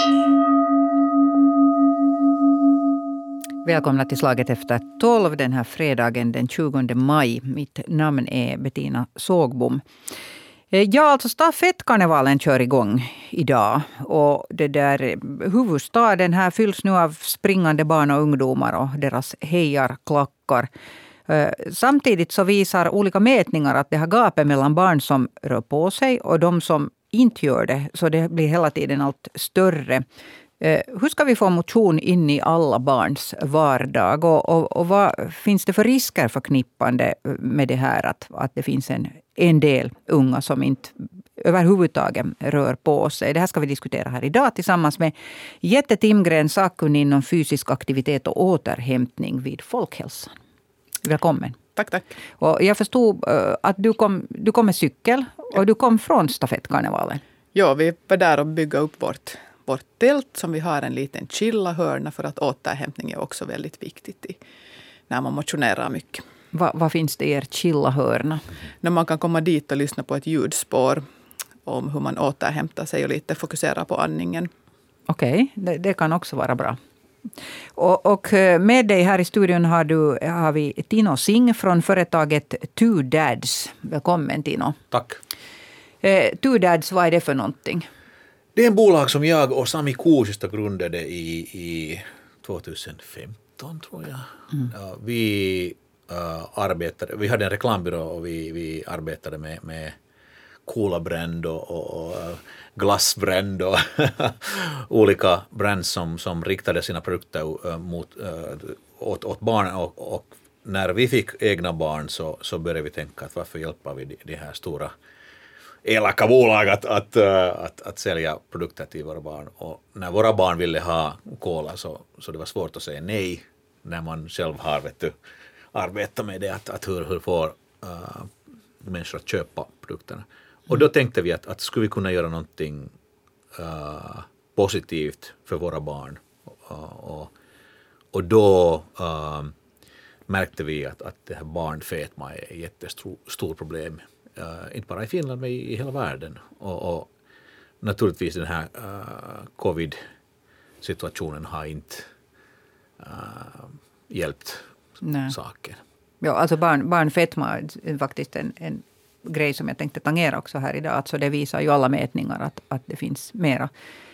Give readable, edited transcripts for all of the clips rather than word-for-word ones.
Välkomna till Slaget efter 12 den här fredagen den 20 maj. Mitt namn är Bettina Sågbom. Ja, alltså stafettkarnevalen kör igång idag. Och det där huvudstaden här fylls nu av springande barn och ungdomar och deras hejarklackar. Samtidigt så visar olika mätningar att det har gapet mellan barn som rör på sig och de som inte gör det. Så det blir hela tiden allt större. Hur ska vi få motion in i alla barns vardag? Och vad finns det för risker förknippande med det här att det finns en del unga som inte överhuvudtaget rör på sig? Det här ska vi diskutera här idag tillsammans med Jette Timgren, sakkunnig inom fysisk aktivitet och återhämtning vid Folkhälsan. Välkommen. Tack. Och jag förstod att du kom med cykel och du kom från stafettkarnevalen. Ja, vi var där och bygga upp vårt tält som vi har en liten chilla-hörna för att återhämtning är också väldigt viktigt när man motionerar mycket. Vad finns det i er chilla-hörna? När man kan komma dit och lyssna på ett ljudspår om hur man återhämtar sig och lite fokusera på andningen. Okej, det kan också vara bra. Och med dig här i studion har vi Tino Singh från företaget Two Dads. Välkommen Tino. Tack. Two Dads, vad är det för någonting? Det är en bolag som jag och Sami Kuusista grundade i 2015 tror jag. Ja, vi hade en reklambyrå och vi arbetade med Cola-brand och glassbrand och olika brands som riktade sina produkter åt barn. Och när vi fick egna barn så började vi tänka att varför hjälper vi de här stora elaka bolag att sälja produkter till våra barn. Och när våra barn ville ha cola så det var svårt att säga nej när man själv har arbetat med det. Att hur får människor att köpa produkterna. Och då tänkte vi att skulle vi kunna göra någonting positivt för våra barn. Och då märkte vi att det här barnfetma är ett jättestort problem. Inte bara i Finland men i hela världen. Och naturligtvis den här covid-situationen har inte hjälpt saker. Ja, alltså barnfetma är faktiskt en grej som jag tänkte tangera också här idag. Alltså det visar ju alla mätningar att det finns mera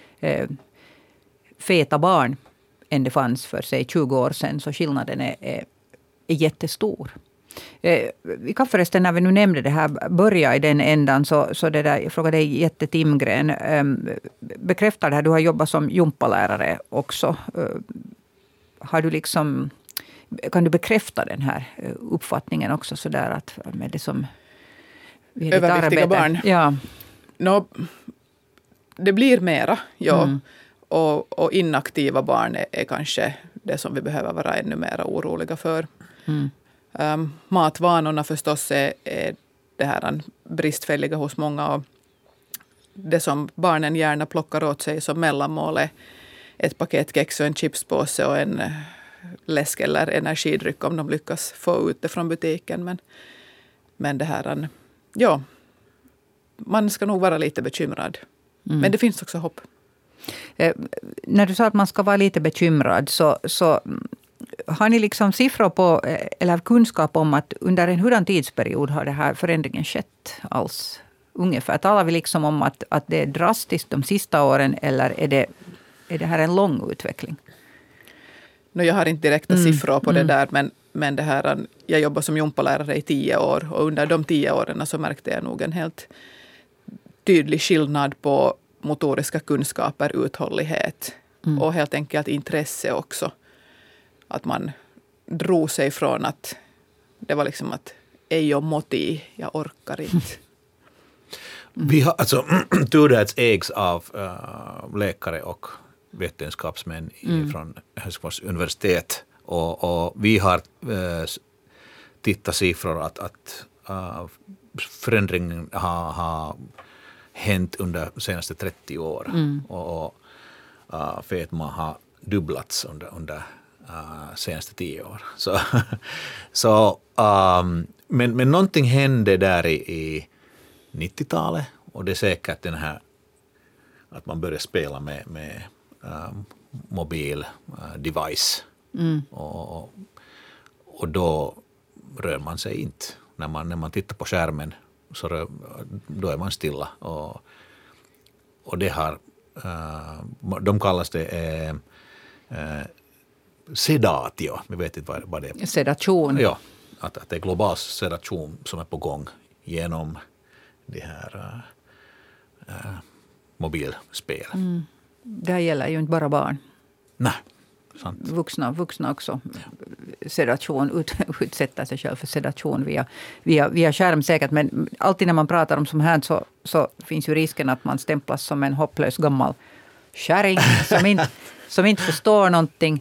feta barn än det fanns för sig 20 år sedan. Så skillnaden är jättestor. Vi kan förresten, när vi nu nämnde det här, börja i den ändan. Så det där, jag frågade dig Jette Timgren. Bekräftar det här, du har jobbat som gympalärare också. Har du kan du bekräfta den här uppfattningen också så där att med det som överviktiga barn? Ja. Det blir mera, ja. Och inaktiva barn är kanske det som vi behöver vara ännu mer oroliga för. Matvanorna förstås är det här bristfälliga hos många. Och det som barnen gärna plockar åt sig som mellanmål är ett paket kex och en chipspåse och en läsk eller energidryck om de lyckas få ut det från butiken. Men det här, ja, man ska nog vara lite bekymrad. Men det finns också hopp. När du sa att man ska vara lite bekymrad så har ni siffror på eller kunskap om att under en hurdan tidsperiod har det här förändringen skett alls? Ungefär. Talar vi om att det är drastiskt de sista åren eller är det här en lång utveckling? Jag har inte direkta siffror på det där men det här, jag jobbar som gympalärare i 10 år och under de 10 åren så märkte jag nog en helt tydlig skillnad på motoriska kunskaper, uthållighet och helt enkelt intresse också. Att man drog sig från att det var att ej och moti, jag orkar inte. Vi har Two Dads ägs av läkare och vetenskapsmän från Helsingfors universitet och vi har tittat siffror att förändringen har hänt under de senaste 30 år och fetma har dubblats under senaste 10 år. Men någonting hände där i 90-talet och det är säkert den här att man börjar spela med mobil device. Och då rör man sig inte. När man tittar på skärmen så då är man stilla. Och det har, de kallas det sedatio. Vi vet inte vad det är. Sedation. Ja, att det är global sedation som är på gång genom det här mobilspel. Det här gäller ju inte bara barn. Nej, sant. Vuxna också. Sedation, utsätter sig själv för sedation via skärm säkert. Men alltid när man pratar om som här så finns ju risken att man stämplas som en hopplös gammal kärring som inte förstår någonting.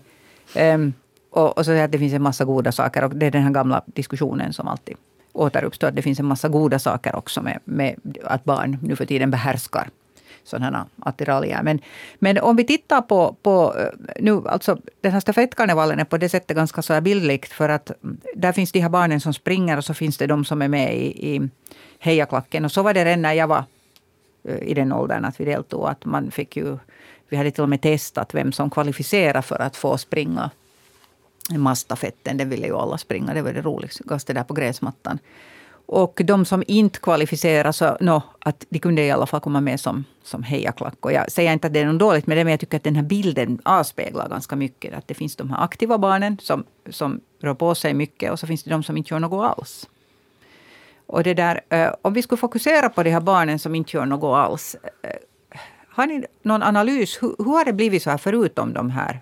Och så att det finns en massa goda saker. Och det är den här gamla diskussionen som alltid återuppstår. Det finns en massa goda saker också med att barn nu för tiden behärskar sådana attiraljer. Men om vi tittar på nu, alltså den här stafettkarnevalen är på det sättet ganska så här bildligt, för att där finns de här barnen som springer och så finns det de som är med i hejaklacken. Och så var det redan när jag var i den åldern att vi deltog, att man fick ju, vi hade till och med testat vem som kvalificerar för att få springa massstafetten. Det ville ju alla springa, det var det roligaste där på gräsmattan. Och de som inte kvalificerar så att de kunde i alla fall komma med som hejaklack. Och jag säger inte att det är något dåligt med det, men jag tycker att den här bilden avspeglar ganska mycket. Att det finns de här aktiva barnen som rör på sig mycket, och så finns det de som inte gör något alls. Och det där, om vi skulle fokusera på de här barnen som inte gör något alls. Har ni någon analys? Hur har det blivit så här förutom de här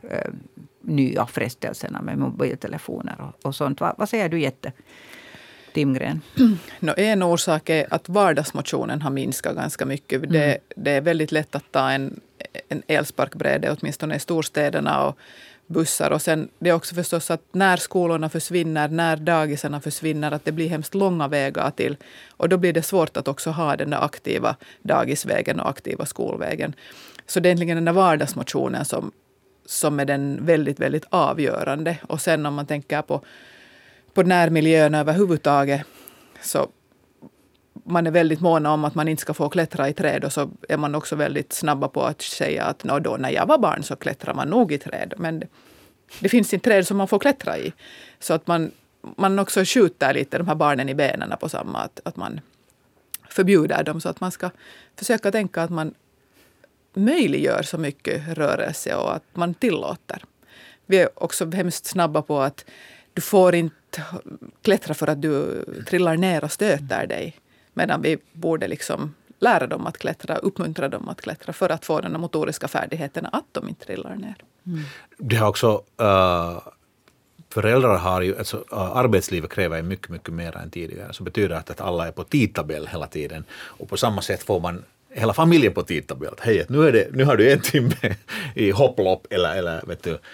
nya frestelserna med mobiltelefoner och sånt? Vad säger du, Jette Timgren? En orsak är att vardagsmotionen har minskat ganska mycket. Det är väldigt lätt att ta en elsparkbräde, åtminstone i storstäderna och bussar. Och sen det är också förstås att när skolorna försvinner, när dagisarna försvinner, att det blir hemskt långa vägar till. Och då blir det svårt att också ha den där aktiva dagisvägen och aktiva skolvägen. Så det är egentligen den där vardagsmotionen som är den väldigt, väldigt avgörande. Och sen om man tänker på närmiljön överhuvudtaget, så man är väldigt måna om att man inte ska få klättra i träd, och så är man också väldigt snabba på att säga att då när jag var barn så klättrar man nog i träd. Men det finns inte träd som man får klättra i. Så att man också skjuter lite de här barnen i benen på samma, att man förbjuder dem, så att man ska försöka tänka att man möjliggör så mycket rörelse och att man tillåter. Vi är också hemskt snabba på att du får inte klättra för att du trillar ner och stöter dig. Medan vi borde liksom lära dem att klättra, uppmuntra dem att klättra för att få de motoriska färdigheterna att de inte trillar ner. Det har också, föräldrar har ju, alltså, arbetslivet kräver mycket, mycket mer än tidigare. Så betyder att alla är på tidtabell hela tiden. Och på samma sätt får man hela familjen på tidtabell. Hej, nu har du en timme i hopplopp eller vet du,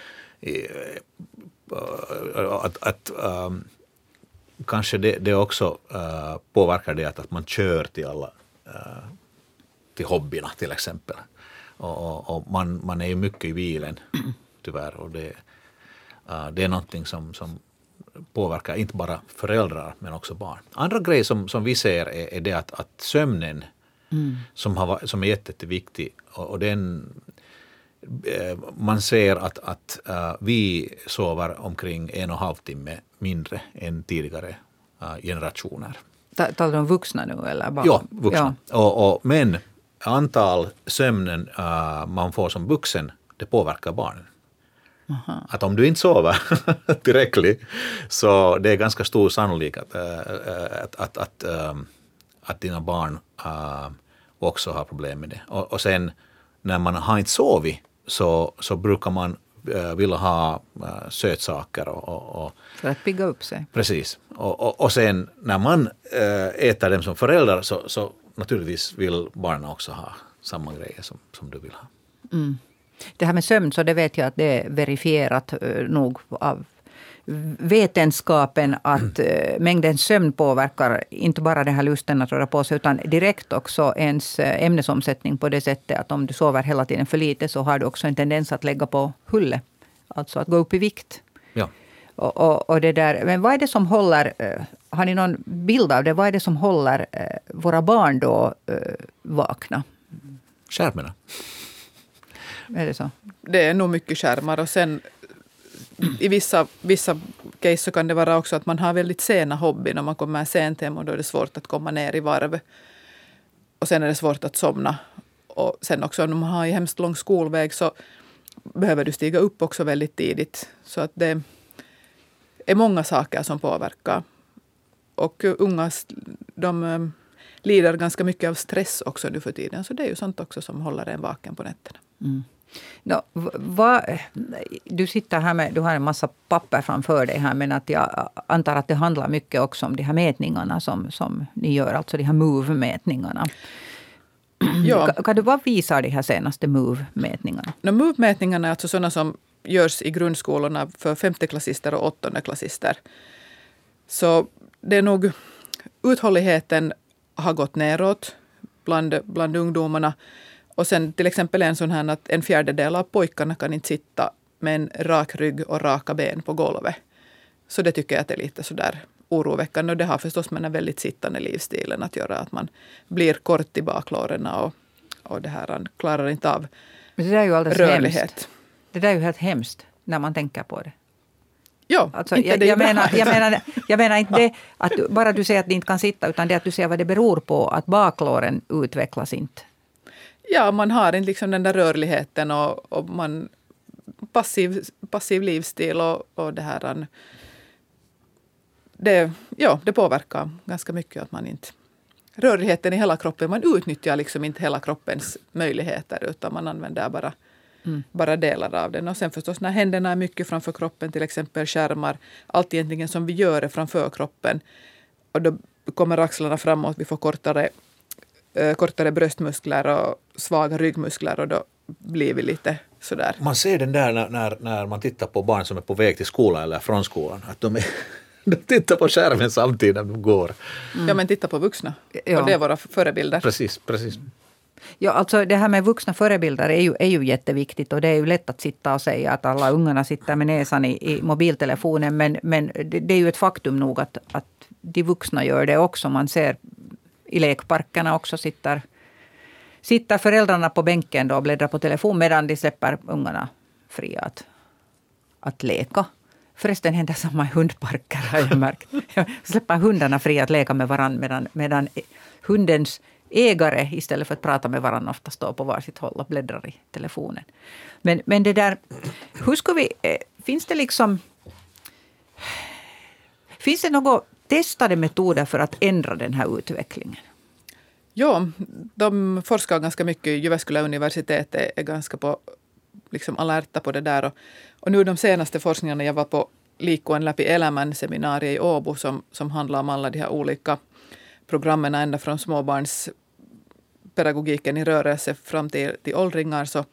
kanske det också påverkar det att man kör till alla till hobbyerna till exempel. Och man är ju mycket i bilen tyvärr, och det är någonting som påverkar inte bara föräldrar men också barn. Andra grejer som vi ser är det att sömnen som är jätteviktig, och den man ser att vi sover omkring 1,5 timme mindre än tidigare generationer. Talar du om vuxna nu eller barn? Ja, vuxna. Ja. Men antal sömnen man får som vuxen, det påverkar barnen. Aha. Att om du inte sover tillräckligt, så det är ganska stor sannolikhet att dina barn också har problem med det. Och sen när man har inte sovit, så brukar man vilja ha sötsaker. För att pigga upp sig. Precis. Och sen när man äter dem som föräldrar, så naturligtvis vill barnen också ha samma grejer som du vill ha. Mm. Det här med sömn, så det vet jag att det är verifierat nog av vetenskapen att mängden sömn påverkar inte bara den här lusten att röra på sig, utan direkt också ens ämnesomsättning på det sättet att om du sover hela tiden för lite, så har du också en tendens att lägga på hulle. Alltså att gå upp i vikt. Ja. Och det där, men vad är det som håller, har ni någon bild av det? Vad är det som håller våra barn då vakna? Skärmarna. Är det så? Det är nog mycket skärmar och sen i vissa case så kan det vara också att man har väldigt sena hobbyn och man kommer sent hem och då är det svårt att komma ner i varv. Och sen är det svårt att somna. Och sen också om man har en hemskt lång skolväg så behöver du stiga upp också väldigt tidigt. Så att det är många saker som påverkar. Och unga, de lider ganska mycket av stress också nu för tiden. Så det är ju sånt också som håller en vaken på nätterna. Mm. Du sitter här med, du har en massa papper framför dig här, men att jag antar att det handlar mycket också om de här mätningarna som ni gör, alltså de här MOVE-mätningarna. Ja. Kan du bara visa de här senaste MOVE-mätningarna? MOVE-mätningarna är alltså sådana som görs i grundskolorna för 5:e-klassister och 8:e-klassister. Så det är nog, uthålligheten har gått neråt bland ungdomarna. Och sen till exempel en sån här att 1/4 av pojkarna kan inte sitta med en rak rygg och raka ben på golvet. Så det tycker jag att är lite sådär oroväckande. Och det har förstås med den väldigt sittande livsstilen att göra. Att man blir kort i baklåren och det här klarar inte av Men det där är ju alldeles rörlighet. Hemskt. Det där är ju helt hemskt när man tänker på det. Ja, Alltså, inte jag menar inte det att bara du säger att de inte kan sitta, utan det att du säger vad det beror på att baklåren utvecklas inte. Ja, man har inte liksom den där rörligheten och man passiv livsstil och det här. Det påverkar ganska mycket att man inte rörligheten i hela kroppen. Man utnyttjar liksom inte hela kroppens möjligheter utan man använder bara delar av den. Och sen förstås när händerna är mycket framför kroppen, till exempel skärmar, allt egentligen som vi gör är framför kroppen. Och då kommer axlarna framåt, vi får kortare bröstmuskler och svaga ryggmuskler och då blir vi lite sådär. Man ser den där när man tittar på barn som är på väg till skolan eller från skolan, att de tittar på skärmen samtidigt när de går. Ja, men titta på vuxna. Ja. Och det är våra förebilder. Precis. Ja, alltså det här med vuxna förebilder är ju jätteviktigt och det är ju lätt att sitta och säga att alla ungarna sitter med näsan i mobiltelefonen, men det är ju ett faktum nog att de vuxna gör det också. Man ser i lekparkerna också sitter föräldrarna på bänken då och bläddrar på telefon medan de släpper ungarna fria att leka. Förresten händer samma i hundparker har jag märkt. Släpper hundarna fria att leka med varandra medan hundens ägare istället för att prata med varandra ofta står på varsitt håll och bläddrar i telefonen. Men det där, hur ska vi, finns det några testade metoder för att ändra den här utvecklingen? Ja, de forskar ganska mycket. Jyväskylä universitet är ganska liksom alerta på det där. Och nu de senaste forskningarna, jag var på Liikkuvan läpi elämän seminariet i Åbo som handlar om alla de här olika programmen ända från småbarnspedagogiken i rörelse fram till åldringar. Så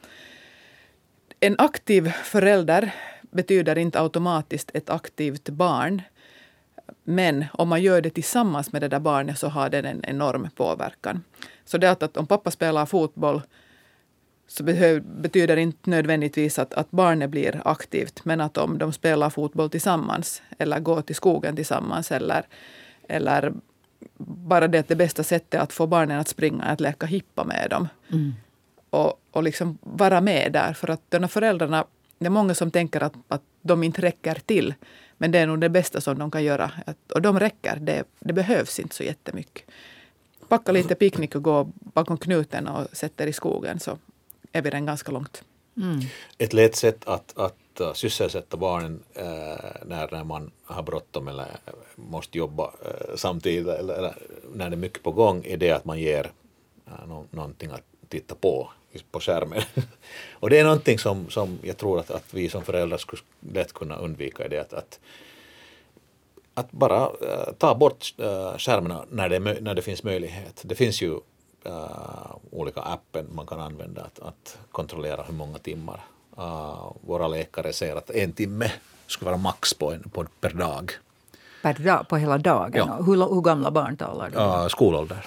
en aktiv förälder betyder inte automatiskt ett aktivt barn. Men om man gör det tillsammans med det där barnet så har den en enorm påverkan. Så det att om pappa spelar fotboll så betyder inte nödvändigtvis att barnet blir aktivt. Men att om de spelar fotboll tillsammans eller går till skogen tillsammans eller bara det bästa sättet att få barnen att springa är att leka hippa med dem. Och liksom vara med där. För att de här föräldrarna, det är många som tänker att de inte räcker till. Men det är nog det bästa som de kan göra. Och de räcker. Det behövs inte så jättemycket. Packa lite picknick och gå bakom knuten och sätter i skogen så är vi den ganska långt. Ett lätt sätt att sysselsätta barnen när man har bråttom eller måste jobba samtidigt eller när det är mycket på gång är det att man ger någonting att titta på skärmen. Och det är någonting som jag tror att vi som föräldrar skulle lätt kunna undvika, det att bara ta bort skärmarna när det finns möjlighet. Det finns ju olika appen man kan använda att kontrollera hur många timmar. Våra läkare säger att 1 timme skulle vara max per dag. Per dag, på hela dagen? Ja. Hur gamla barn talar du? Skolålder.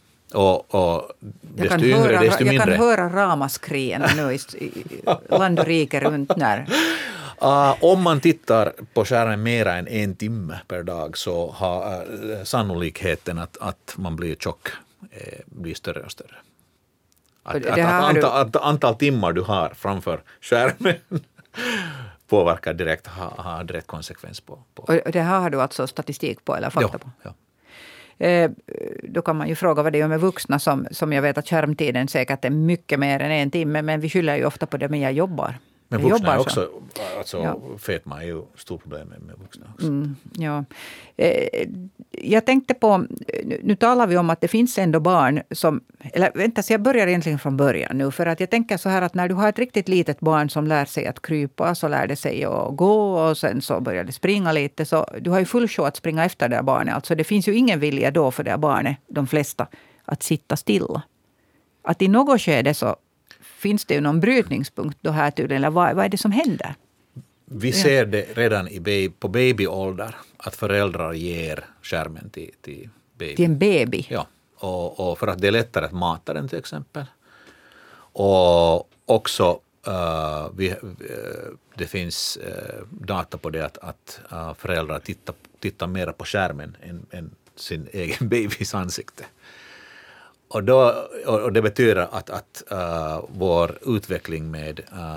Och desto yngre, desto mindre. Jag kan höra ramaskrin nu i land och rike runt när. Om man tittar på skärmen mer än 1 timme per dag så har sannolikheten att man blir tjock blir större och större. Antal timmar du har framför skärmen påverkar direkt, har direkt konsekvens på. Och det här har du alltså statistik på eller fakta på? Ja. Då kan man ju fråga vad det är med vuxna som jag vet att skärmtiden säkert är mycket mer än 1 timme, men vi skyller ju ofta på det, men jag jobbar. Men vuxna är också, fetma är ju ett stort problem med vuxna också. Ja. Jag tänkte på, nu talar vi om att det finns ändå barn som, eller vänta, så jag börjar egentligen från början nu, för att jag tänker så här att när du har ett riktigt litet barn som lär sig att krypa, så lär det sig att gå och sen så börjar det springa lite, så du har ju full show att springa efter det där barnet. Alltså det finns ju ingen vilja då för det där barnet, de flesta, att sitta stilla. Att i något skede så finns det ju någon brytningspunkt då här tydligen, eller vad är det som händer? Vi ser det redan på babyålder, att föräldrar ger skärmen till baby. Till en baby? Ja, och för att det är lättare att mata den till exempel. Och också det finns data på det att föräldrar tittar mer på skärmen än sin egen babys ansikte. Och det betyder att vår utveckling med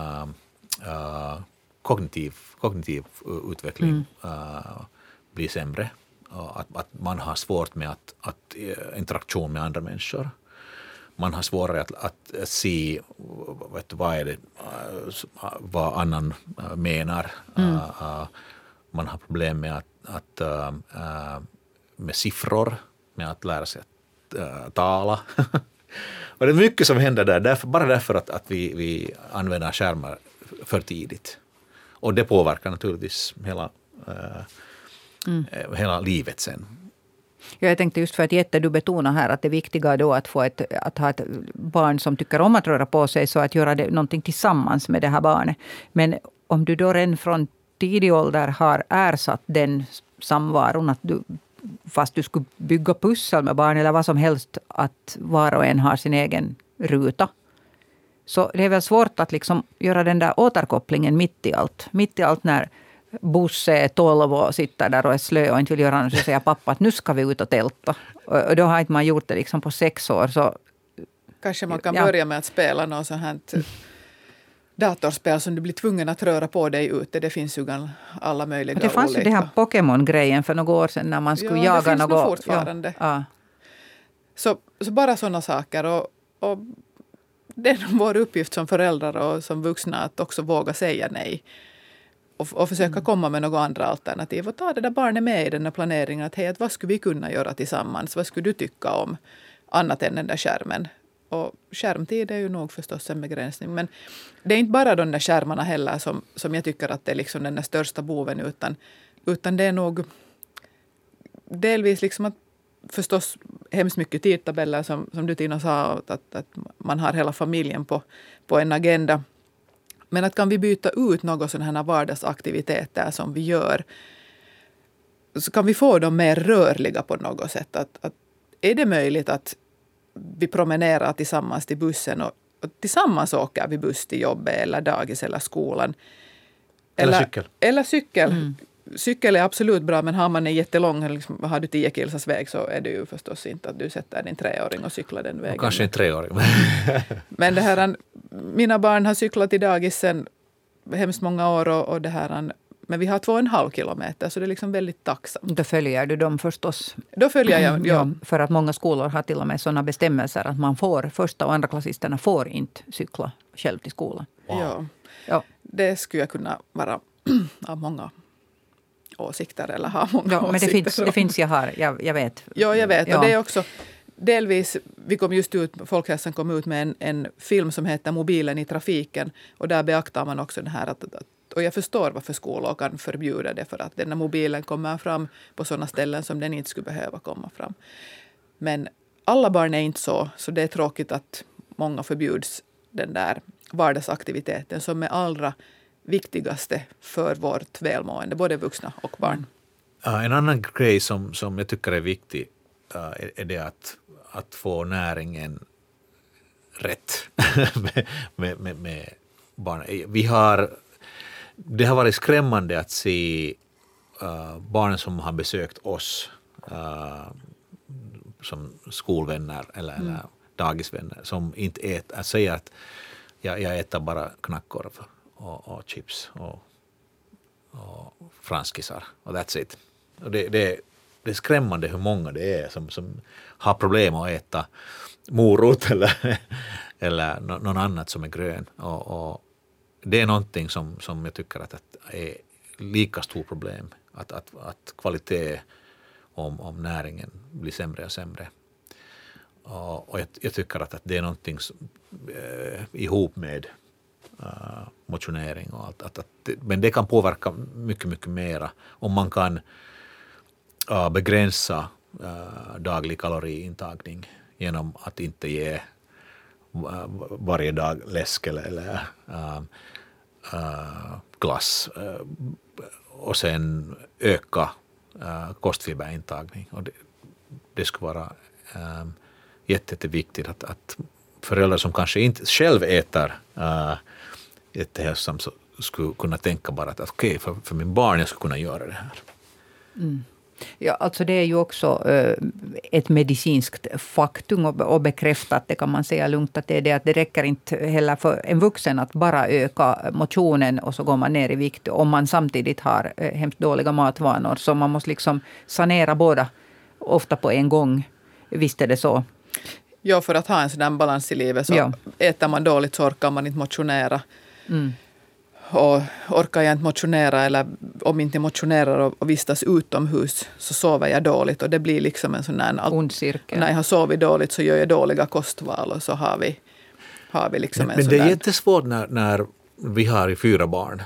kognitiv utveckling blir sämre. Att man har svårt med att interaktion med andra människor. Man har svårare att se vad annan menar. Man har problem med med siffror, med att lära sig tala. Och det är mycket som händer där, bara därför att vi använder skärmar för tidigt. Och det påverkar naturligtvis hela livet sen. Ja, jag tänkte just för att du betonar här att det viktiga är då att ha ett barn som tycker om att röra på sig, så att göra någonting tillsammans med det här barnet. Men om du då redan från tidig ålder har ersatt den samvaron, att fast du skulle bygga pussel med barn eller vad som helst, att var och en har sin egen ruta. Så det är väl svårt att liksom göra den där återkopplingen mitt i allt. Mitt i allt när Bosse är 12 och sitter där och är slö och inte vill göra något, så säger pappa att nu ska vi ut och tälta. Och då har inte man gjort det liksom på 6 år. Så, kanske man kan börja med att spela något sånt här datorspel som du blir tvungen att röra på dig ute. Det finns ju alla möjliga olika. Det fanns ju det här Pokémon-grejen för några år sedan när man skulle jaga något. Det finns fortfarande. Ja. Så bara sådana saker. Och det är vår uppgift som föräldrar och som vuxna att också våga säga nej. Och försöka komma med några andra alternativ. Och ta det där barnet med i den här planeringen. Att vad skulle vi kunna göra tillsammans? Vad skulle du tycka om annat än den där skärmen? Och skärmtid är ju nog förstås en begränsning. Men det är inte bara de där skärmarna heller som jag tycker att det är liksom den största boven. Utan det är nog delvis liksom att förstås hemskt mycket tidtabeller som du Tina sa. Att man har hela familjen på en agenda. Men att kan vi byta ut några sådana här vardagsaktiviteter som vi gör, så kan vi få dem mer rörliga på något sätt. Att är det möjligt att vi promenerar tillsammans till bussen och tillsammans åker vi buss till jobbet eller dagis eller skolan. Eller cykel. Cykel är absolut bra, men har man en jättelång, liksom, har du 10 kilsas väg, så är det ju förstås inte att du sätter din 3-åring och cyklar den vägen. Och kanske en 3-åring. Men det här, mina barn har cyklat i dagis sedan hemskt många år och det här, men vi har 2,5 kilometer, så det är liksom väldigt tacksamt. Då följer du dem förstås? Då följer jag, ja. För att många skolor har till och med sådana bestämmelser att man första- och andraklassisterna får inte cykla själv till skolan. Wow. Ja, det skulle jag kunna vara av många åsikter eller ha många åsikter. Men det finns jag vet. Ja, jag vet. Ja. Och det är också delvis, Folkhälsan kom ut med en film som heter Mobilen i trafiken, och där beaktar man också det här och jag förstår varför skolor kan förbjuda det, för att den här mobilen kommer fram på sådana ställen som den inte skulle behöva komma fram. Men alla barn är inte så det är tråkigt att många förbjuds den där vardagsaktiviteten som är allra viktigaste för vårt välmående, både vuxna och barn. En annan grej som jag tycker är viktig är det att få näringen rätt med barn. Det har varit skrämmande att se barn som har besökt oss som skolvänner eller dagisvänner som inte äter, säger att jag äter bara knackkorv och chips och franskisar och that's it. Och det är skrämmande hur många det är som har problem att äta morot eller någon annat som är grön. Och det är någonting som jag tycker att är lika stort problem. Att kvalitet om näringen blir sämre och sämre. Och jag tycker att det är någonting ihop med motionering och allt. Men det kan påverka mycket, mycket mera om man kan begränsa daglig kaloriintagning genom att inte ge varje dag läsk eller glass och sen öka kostfiberintagning. Och det skulle vara jätteviktigt att föräldrar som kanske inte själv äter jättehälsosamt skulle kunna tänka bara att okej, för min barn jag skulle kunna göra det här. Mm. Ja, alltså det är ju också ett medicinskt faktum och bekräftat, det kan man säga lugnt, att det räcker inte heller för en vuxen att bara öka motionen och så går man ner i vikt om man samtidigt har hemskt dåliga matvanor. Så man måste liksom sanera båda ofta på en gång. Visst är det så? Ja, för att ha en sådan balans i livet så äter man dåligt så orkar man inte motionera. Mm. Och orkar jag inte motionera eller om inte motionerar och vistas utomhus så sover jag dåligt och det blir liksom en sån där ond cirkel. När jag har sovit dåligt så gör jag dåliga kostval och så har vi liksom en sån där. Men det är jättesvårt när vi har 4 barn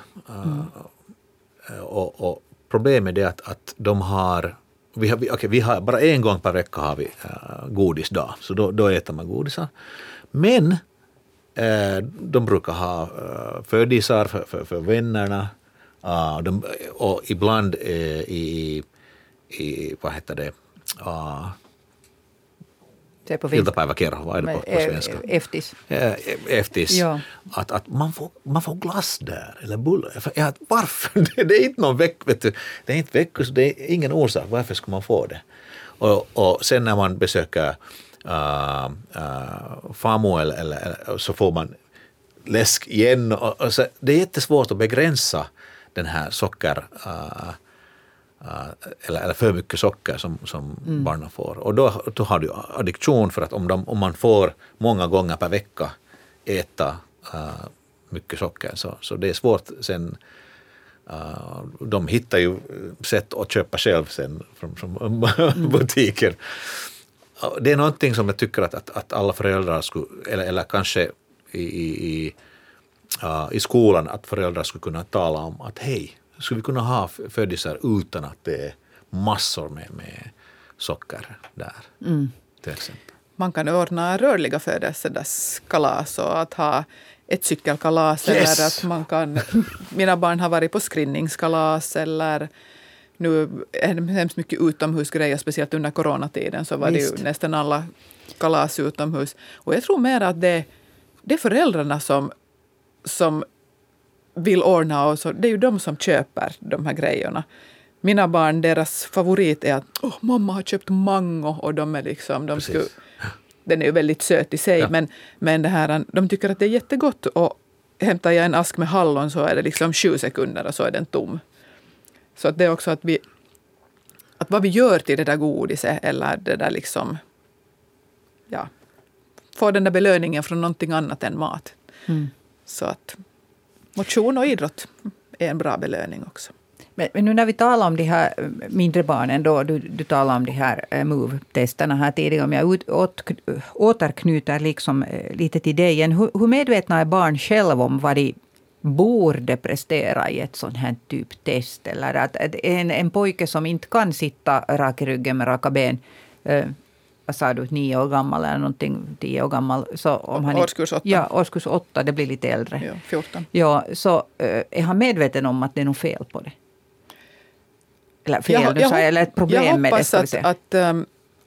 och problemet är att de har vi har bara en gång per vecka har vi godisdag så då äter man godisar. Men de brukar ha födisar för vännerna och ibland i vad heter det iltapäiväkerho, vad är det på svenska? Eftis. Ja. Att man får glass där eller bullar. Varför? Det är inte någon det är inte veckor så det är ingen orsak. Varför ska man få det? Och sen när man besöker famo eller så får man läsk igen och så, det är jättesvårt att begränsa den här socker eller för mycket socker som barnen får och då har du addiktion för att om man får många gånger per vecka äta mycket socker så det är svårt sen de hittar ju sätt att köpa själv sen från butiker. Det är någonting som jag tycker att alla föräldrar skulle, eller kanske i skolan att föräldrar skulle kunna tala om att hej, skulle vi kunna ha födisar utan att det är massor med socker där till exempel. Man kan ordna rörliga födelsedagskalas och att ha ett cykelkalas eller att man kan, mina barn har varit på skrinningskalas eller nu är det hemskt mycket utomhusgrejer, speciellt under coronatiden så var det ju nästan alla kalas utomhus. Och jag tror mer att det är föräldrarna som vill ordna och så, det är ju de som köper de här grejerna. Mina barn, deras favorit är att mamma har köpt mango och de är liksom, den är ju väldigt söt i sig men det här, de tycker att det är jättegott och hämtar jag en ask med hallon så är det liksom 7 sekunder och så är den tom. Så att det är också att vad vi gör till det där godiset eller det där liksom få den där belöningen från någonting annat än mat. Så att motion och idrott är en bra belöning också. Men nu när vi talar om de här mindre barnen då, du talar om de här MOVE-testerna här tidigare, om jag återknyter liksom lite till dig igen. Hur medvetna är barn själva om vad de borde prestera i ett sånt här typ test? Eller att en pojke som inte kan sitta rak i ryggen med raka ben, vad sa du, 9 år gammal eller någonting, 10 år gammal. Så om han årskurs 8. Ja, årskurs 8, det blir lite äldre. Ja, 14. Ja, så är han medveten om att det är något fel på det? Eller fel, eller ett problem med det. Jag hoppas att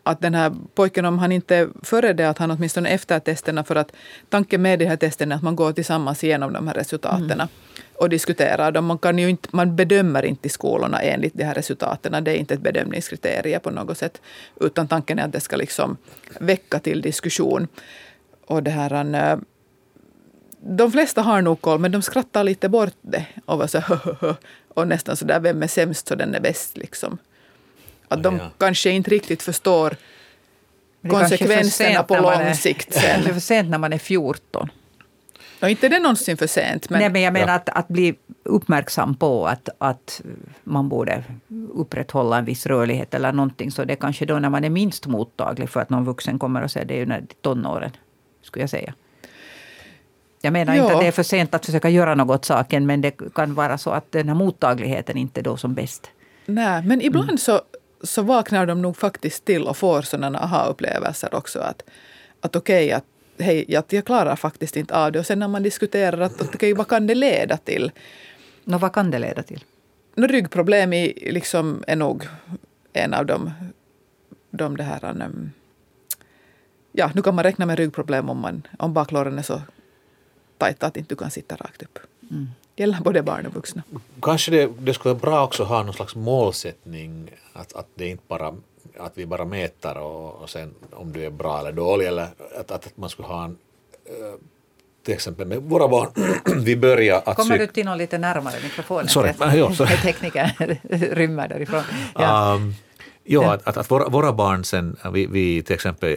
att den här pojken, om han inte före det, att han åtminstone efter testerna, för att tanken med de här testerna är att man går tillsammans igenom de här resultaten och diskuterar dem. Man bedömer inte i skolorna enligt de här resultaten. Det är inte ett bedömningskriterie på något sätt. Utan tanken är att det ska liksom väcka till diskussion. Och det här, de flesta har nog koll, men de skrattar lite bort det. Och var så och nästan så där, vem är sämst så den är bäst liksom. Att de kanske inte riktigt förstår konsekvenserna på lång sikt sen. Det är för sent när man är 14. Och inte det någonsin för sent. Men, nej, men jag menar att bli uppmärksam på att man borde upprätthålla en viss rörlighet eller någonting. Så det är kanske då när man är minst mottaglig för att någon vuxen kommer och säger det är ju när tonåren, skulle jag säga. Jag menar inte att det är för sent att försöka göra något åt saken, men det kan vara så att den här mottagligheten inte är då som bäst. Nej, men ibland så vaknar de nog faktiskt till och får sådana aha-upplevelser också. Att okej, att hej, jag klarar faktiskt inte av det. Och sen när man diskuterar att okej, vad kan det leda till? Vad kan det leda till? Ryggproblem liksom är nog en av de det här... Ja, nu kan man räkna med ryggproblem om baklåren är så tajta att inte du kan sitta rakt upp. Gäller både barn och vuxna. Kanske det skulle vara bra också att ha någon slags målsättning att det inte bara att vi bara mäter och sen om du är bra eller dålig, eller att man skulle ha en till exempel med våra barn vi börjar att kommer du till någon lite närmare mikrofonen? Sorry. Tekniker rymmer därifrån. Att våra barn sen vi till exempel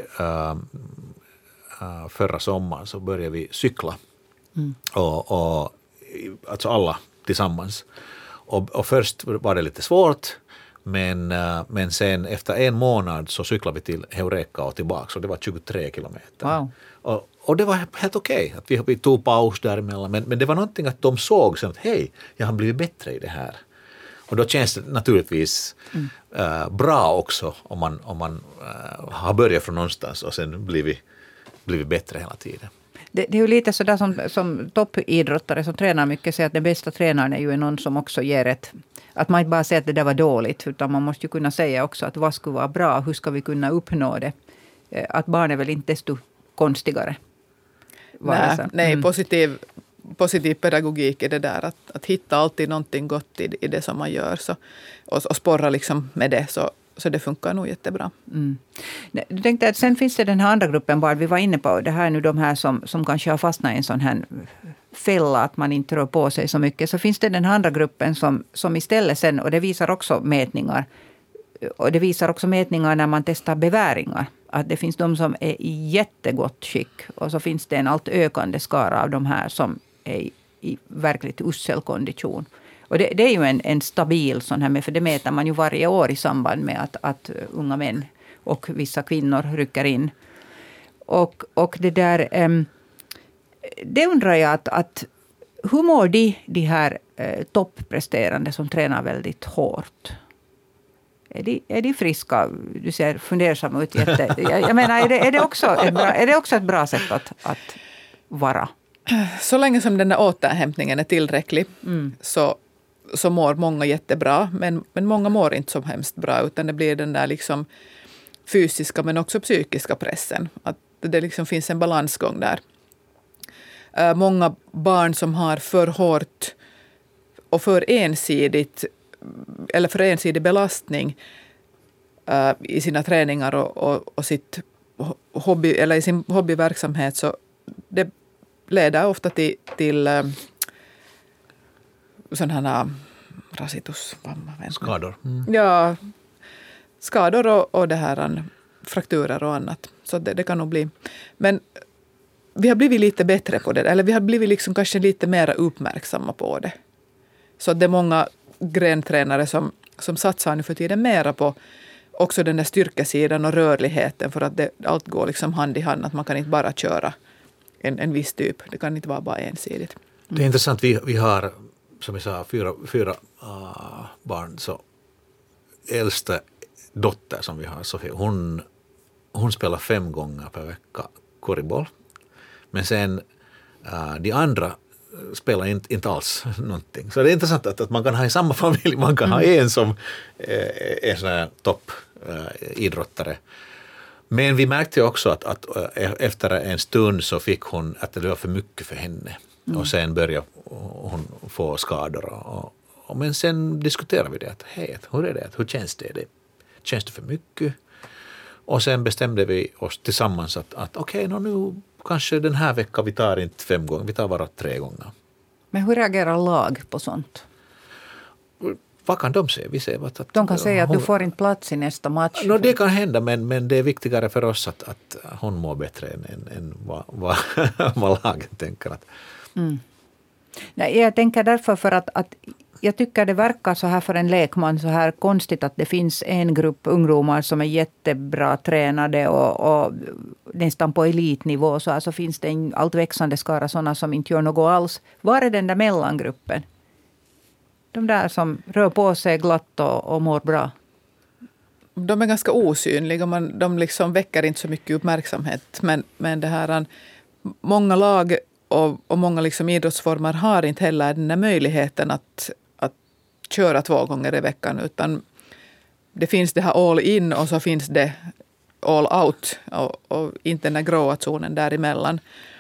förra sommaren så började vi cykla och alltså alla tillsammans och först var det lite svårt. Men sen efter en månad så cyklade vi till Heureka och tillbaka, så det var 23 kilometer. Wow. Och det var helt okej. Att vi tog paus däremellan. Men det var någonting att de såg sen att hej, jag har blivit bättre i det här. Och då känns det naturligtvis bra också om man har börjat från någonstans och sen blivit bättre hela tiden. Det är ju lite sådär som toppidrottare som tränar mycket säger att den bästa tränaren är ju någon som också ger att man inte bara säger att det där var dåligt, utan man måste ju kunna säga också att vad skulle vara bra, hur ska vi kunna uppnå det. Att barn är väl inte desto konstigare. Nej, positiv pedagogik är det där att hitta alltid någonting gott i det som man gör och sporra liksom med det så det funkar nog jättebra. Jag tänkte att sen finns det den här andra gruppen barn vi var inne på. Det här är nu de här som kanske har fastnat i en sån här fälla att man inte rör på sig så mycket. Så finns det den här andra gruppen som istället sen, och det visar också mätningar. Och det visar också mätningar när man testar beväringar. Att det finns de som är i jättegott skick. Och så finns det en allt ökande skara av de här som är i verkligt usel kondition. Och det är ju en stabil sån här, för det mäter man ju varje år i samband med att unga män och vissa kvinnor rycker in. Och det där, det undrar jag att hur mår de här topppresterande som tränar väldigt hårt? Är de friska? Du ser fundersam ut. Jag menar, är det också ett bra sätt att vara? Så länge som den där återhämtningen är tillräcklig så mår många jättebra. Men många mår inte så hemskt bra, utan det blir den där liksom fysiska men också psykiska pressen. Att det liksom finns en balansgång där. Många barn som har för hårt och för ensidig belastning i sina träningar och sitt hobby, eller i sin hobbyverksamhet, så det leder ofta till sådana rasitus. Skador. Ja, skador och det här frakturer och annat. Så det kan nog bli. Men vi har blivit lite bättre på det. Eller vi har blivit liksom kanske lite mer uppmärksamma på det. Så det är många grentränare som satsar nu för tiden mera på också den där styrkesidan och rörligheten, för att allt går liksom hand i hand. Att man kan inte bara köra en viss typ. Det kan inte vara bara ensidigt. Det är intressant. Vi har, som jag sa, fyra barn. Så äldsta dotter som vi har, Sofie, hon spelar 5 gånger per vecka korriboll. Men sen de andra spelar inte alls någonting. Så det är intressant att man kan ha i samma familj, man kan ha en som är sån här toppidrottare Men vi märkte också att efter en stund så fick hon att det var för mycket för henne. Och sen började hon få skador. Men sen diskuterade vi det. Att, hej, hur är det? Hur känns det? Känns det för mycket? Och sen bestämde vi oss tillsammans att okej, nu kanske den här veckan vi tar inte 5 gånger, vi tar bara 3 gånger. Men hur reagerar lag på sånt? Vad kan de säga? Vi säger att de kan säga att du får inte plats i nästa match. Det kan hända, men det är viktigare för oss att hon mår bättre än vad laget tänker. Nej, jag tänker därför för att jag tycker det verkar så här för en lekman så här konstigt att det finns en grupp ungdomar som är jättebra tränade och nästan på elitnivå. Så alltså finns det en allt växande skara sådana som inte gör något alls. Var är den där mellangruppen? De där som rör på sig glatt och mår bra. De är ganska osynliga. De liksom väcker inte så mycket uppmärksamhet. Men det här, många lag och många liksom idrottsformer har inte heller den här möjligheten att köra 2 gånger i veckan. Utan det finns det här all in och så finns det all out. Och inte den här gråa zonen däremellan.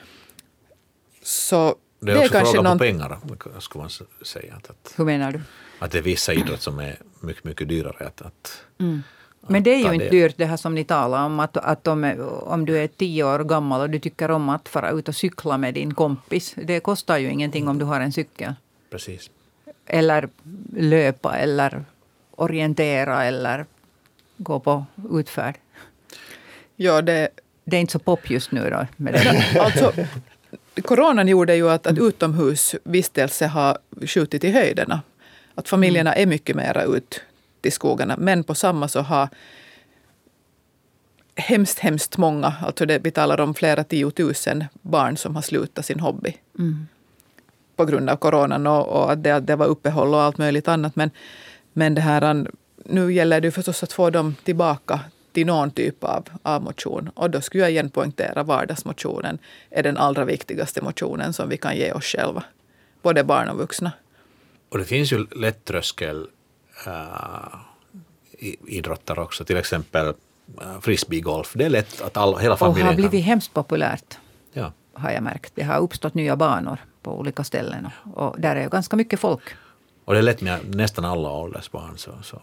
Så det är också fråga på pengar, skulle man säga. Hur menar du? Att det är vissa idrott som är mycket, mycket dyrare. Men det är ju inte dyrt det här som ni talar om. Att om du är 10 år gammal och du tycker om att fara ut och cykla med din kompis. Det kostar ju ingenting om du har en cykel. Precis. Eller löpa eller orientera eller gå på utfärd. Ja, det är inte så pop just nu då. Med det. Alltså, coronan gjorde ju att utomhusvistelse har skjutit i höjderna. Att familjerna är mycket mera ut till skogarna. Men på samma så har hemskt många, alltså vi talar om flera 10 000 barn som har slutat sin hobby. På grund av coronan och att det var uppehåll och allt möjligt annat. Men det här, nu gäller det förstås att få dem tillbaka till någon typ av motion. Och då skulle jag igen poängtera vardagsmotionen är den allra viktigaste motionen som vi kan ge oss själva. Både barn och vuxna. Och det finns ju lättröskel idrottare också. Till exempel frisbeegolf. Det är lätt att hela familjen och har blivit hemskt populärt. Ja. Har jag märkt. Det har uppstått nya banor på olika ställen. Och där är ju ganska mycket folk. Och det är lätt med nästan alla åldersbarn. Så.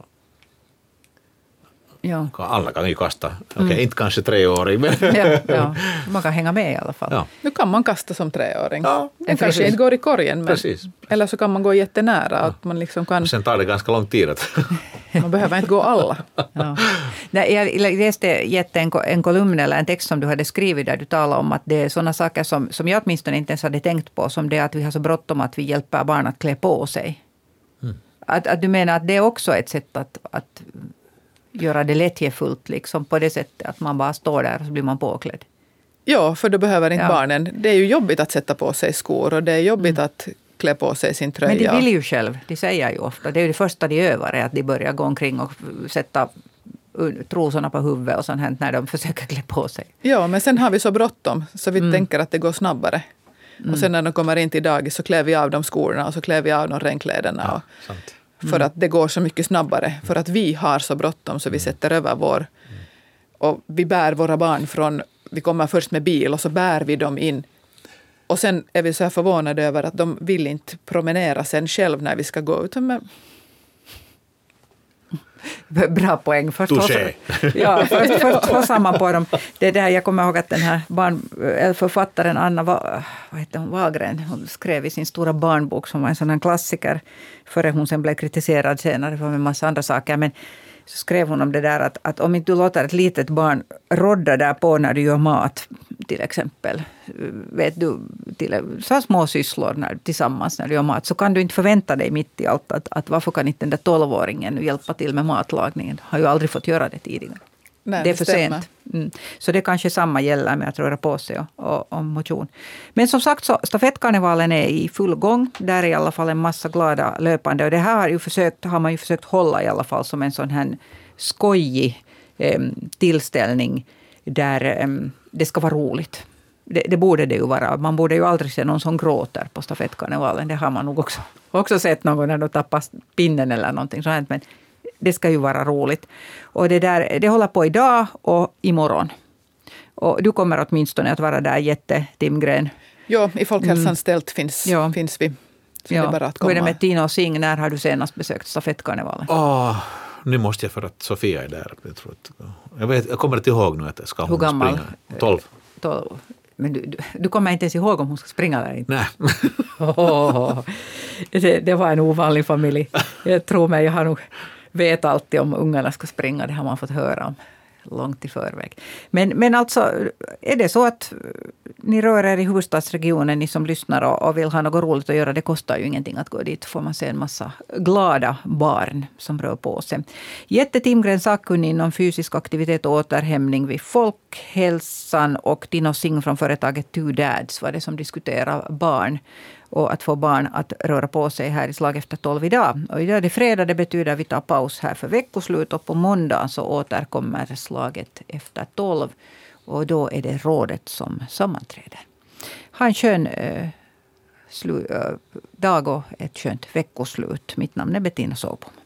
Ja. Alla kan ju kasta. Okej, inte kanske 3-åring. Men ja, man kan hänga med i alla fall. Ja. Nu kan man kasta som 3-åring. Ja, den kanske inte går i korgen. Men, eller så kan man gå jättenära. Ja. Att man liksom kan, och sen tar det ganska lång tid. Man behöver inte gå alla. Ja. Nej, jag läste en kolumn eller en text som du hade skrivit där du talade om att det är sådana saker som jag åtminstone inte ens hade tänkt på. Som det att vi har så bråttom att vi hjälper barn att klä på sig. Att du menar att det är också ett sätt att göra det lättjefullt liksom på det sättet att man bara står där och så blir man påklädd. Ja, för då behöver inte barnen. Det är ju jobbigt att sätta på sig skor och det är jobbigt att klä på sig sin tröja. Men de vill ju själv, de säger ju ofta. Det är ju det första de övar är att de börjar gå omkring och sätta trosorna på huvudet och sånt här när de försöker klä på sig. Ja, men sen har vi så bråttom så vi tänker att det går snabbare. Och sen när de kommer in till dagis så klär vi av dem skorna och så klär vi av dem regnkläderna. Ja, för att det går så mycket snabbare. För att vi har så bråttom så vi sätter över vår. Och vi bär våra barn vi kommer först med bil och så bär vi dem in. Och sen är vi så här förvånade över att de vill inte promenera sen själv när vi ska gå ut. Men bra poäng. Först hossar man på dem. Det är där jag kommer ihåg att den här författaren Anna Wahlgren, hon skrev i sin stora barnbok som var en sån här klassiker före hon sen blev kritiserad senare för en massa andra saker. Men så skrev hon om det där att om inte du låter ett litet barn rodda där på när du gör mat till exempel. Vet du, så små sysslor tillsammans när du gör mat så kan du inte förvänta dig mitt i allt att varför kan inte den där 12-åringen hjälpa till med matlagningen. Har ju aldrig fått göra det tidigare. Nej, det är för sent. Så det kanske samma gäller med att röra på sig och motion. Men som sagt så stafettkarnevalen är i full gång. Där är i alla fall en massa glada löpande. Och det här har man ju försökt hålla i alla fall som en sån här skojig tillställning där det ska vara roligt. Det borde det ju vara. Man borde ju aldrig se någon som gråter på stafettkarnevalen. Det har man nog också sett någon när de tappar pinnen eller någonting sånt. Men det ska ju vara roligt. Och det håller på idag och imorgon. Och du kommer åtminstone att vara där, Jette Timgren. Ja, i Folkhälsans tält finns vi. Så det är bara att komma. Hur är det med Tina och Sing? När har du senast besökt stafettkarnevalen? Nu måste jag för att Sofia är där. Jag kommer inte ihåg nu att jag ska hon springa. Hur gammal? 12. Men du kommer inte ens ihåg om hon ska springa eller inte? Nej. Det var en ovanlig familj. Jag tror mig, jag har nog vet alltid om ungarna ska springa. Det har man fått höra om långt i förväg. Men alltså, är det så att ni rör er i huvudstadsregionen, ni som lyssnar och vill ha något roligt att göra, det kostar ju ingenting att gå dit. Får man se en massa glada barn som rör på sig. Jette Timgren, sakkunnig inom fysisk aktivitet och återhämtning vid Folkhälsan, och Tino Singh från företaget Two Dads var det som diskuterar barn och att få barn att röra på sig här i Slag efter 12 idag. Och idag är det fredag, det betyder att vi tar paus här för veckoslut, och på måndag så återkommer Slaget efter 12 och då är det rådet som sammanträder. Ha en skön dag och ett skönt veckoslut. Mitt namn är Bettina Sågbom.